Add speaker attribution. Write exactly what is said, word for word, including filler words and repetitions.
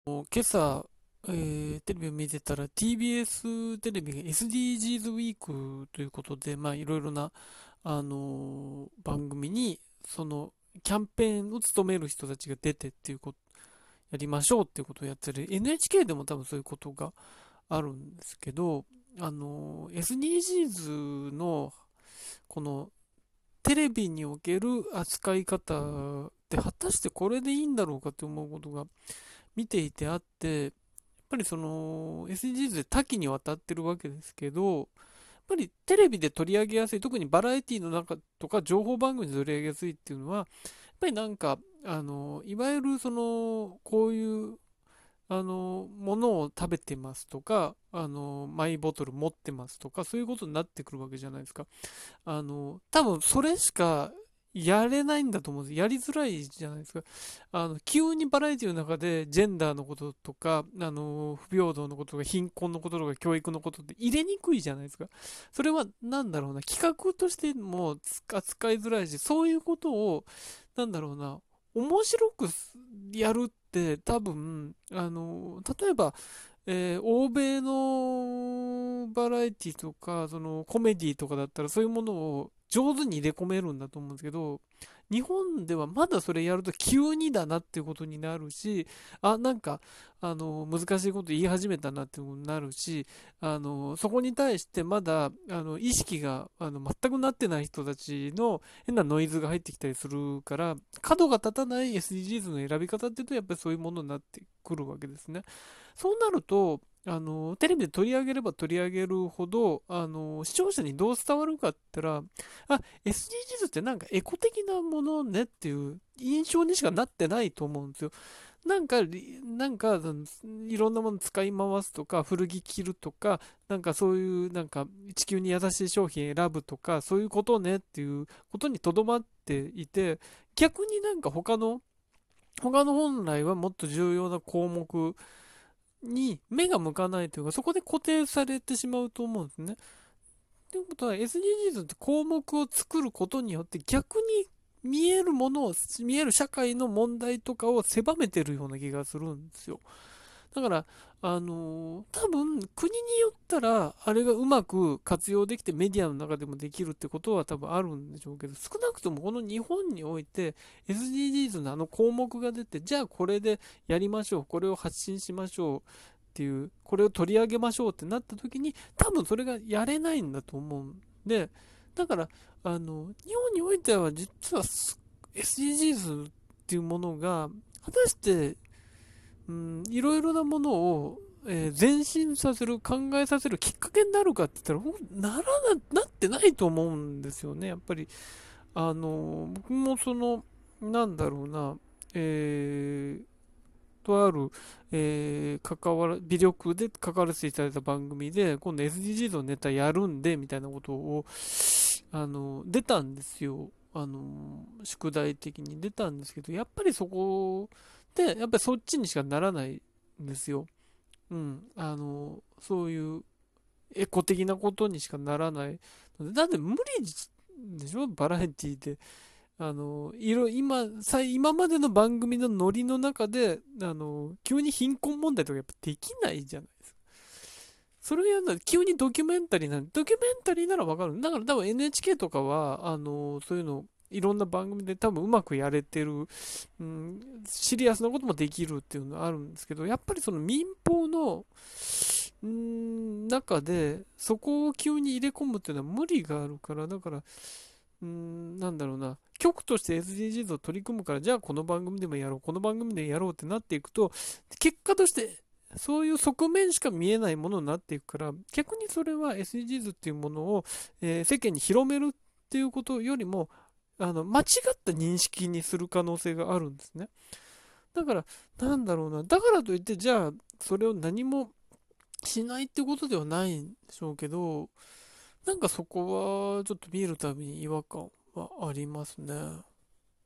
Speaker 1: 今朝、えーテレビを見てたら ティービーエス テレビが エスディージーズ ウィークということで、まあいろいろな、あのー番組に、そのキャンペーンを務める人たちが出てっていうこと、やりましょうっていうことをやってる。エヌエイチケー でも多分そういうことがあるんですけど、あのー エスディージーズ のこのテレビにおける扱い方って果たしてこれでいいんだろうかって思うことが見ていてあって、やっぱりその エスディージーズ で多岐にわたってるわけですけど、やっぱりテレビで取り上げやすい、特にバラエティの中とか情報番組で取り上げやすいっていうのは、やっぱりなんか、あの、いわゆるその、こういう、あの、ものを食べてますとか、あの、マイボトル持ってますとか、そういうことになってくるわけじゃないですか。あの、多分それしかやれないんだと思うんです。やりづらいじゃないですか。あの、急にバラエティの中でジェンダーのこととか、あの、不平等のこととか、貧困のこととか、教育のことって入れにくいじゃないですか。それはなんだろうな、企画としても扱いづらいし、そういうことを、なんだろうな、面白くやるって多分、あの、例えば、えー欧米のバラエティとか、そのコメディとかだったらそういうものを上手に入れ込めるんだと思うんですけど、日本ではまだそれやると急にだなっていうことになるし、あ、なんか、あの、難しいこと言い始めたなっていうことになるし、あの、そこに対してまだ、あの、意識が、あの、全くなってない人たちの変なノイズが入ってきたりするから、角が立たない エスディージーズ の選び方っていうと、やっぱりそういうものになってくるわけですね。そうなると、あの、テレビで取り上げれば取り上げるほど、あの、視聴者にどう伝わるかって言ったら、あ、エスディージーズ ってなんかエコ的なものねっていう印象にしかなってないと思うんですよ。なんか、なんか、いろんなもの使い回すとか、古着着るとか、なんかそういう、なんか地球に優しい商品選ぶとか、そういうことねっていうことにとどまっていて、逆になんか他の、他の本来はもっと重要な項目に目が向かないというか、そこで固定されてしまうと思うんですね。ということは エスディージーズ って項目を作ることによって逆に見えるものを、見える社会の問題とかを狭めてるような気がするんですよ。だから、あのー多分国によったらあれがうまく活用できてメディアの中でもできるってことは多分あるんでしょうけど、少なくともこの日本において エスディージーズ のあの項目が出て、じゃあこれでやりましょう、これを発信しましょうっていう、これを取り上げましょうってなった時に、多分それがやれないんだと思うんで、だから、あの、日本においては実は エスディージーズ っていうものが、果たしてうん、いろいろなものを、えー前進させる、考えさせるきっかけになるかって言ったら、僕ならな、なってないと思うんですよね。やっぱり、あの、僕もその、なんだろうな、えー、とある、えー、関わら、微力で関わらせていただいた番組で、今度 エスディージーズ のネタやるんで、みたいなことを、あの、出たんですよ。あの、宿題的に出たんですけど、やっぱりそこで、やっぱりそっちにしかならないんですよ。うん。あの、そういうエコ的なことにしかならないので。なんで無理でしょバラエティで。あの、いろ、今、さ、今までの番組のノリの中で、あの、急に貧困問題とかやっぱできないじゃないですか。それをやるのは急にドキュメンタリーなんで、ドキュメンタリーならわかる。だから多分 エヌエイチケー とかは、あの、そういうの、いろんな番組で多分うまくやれてる、うん、シリアスなこともできるっていうのがあるんですけど、やっぱりその民放の、うん、中で、そこを急に入れ込むっていうのは無理があるから、だから、うん、なんだろうな、局として エスディージーズ を取り組むから、じゃあこの番組でもやろう、この番組でやろうってなっていくと、結果としてそういう側面しか見えないものになっていくから、逆にそれは エスディージーズ っていうものを、えー世間に広めるっていうことよりも、あの、間違った認識にする可能性があるんですね。だから、なんだろうな。だからといって、じゃあ、それを何もしないってことではないんでしょうけど、なんかそこはちょっと見るたびに違和感はありますね。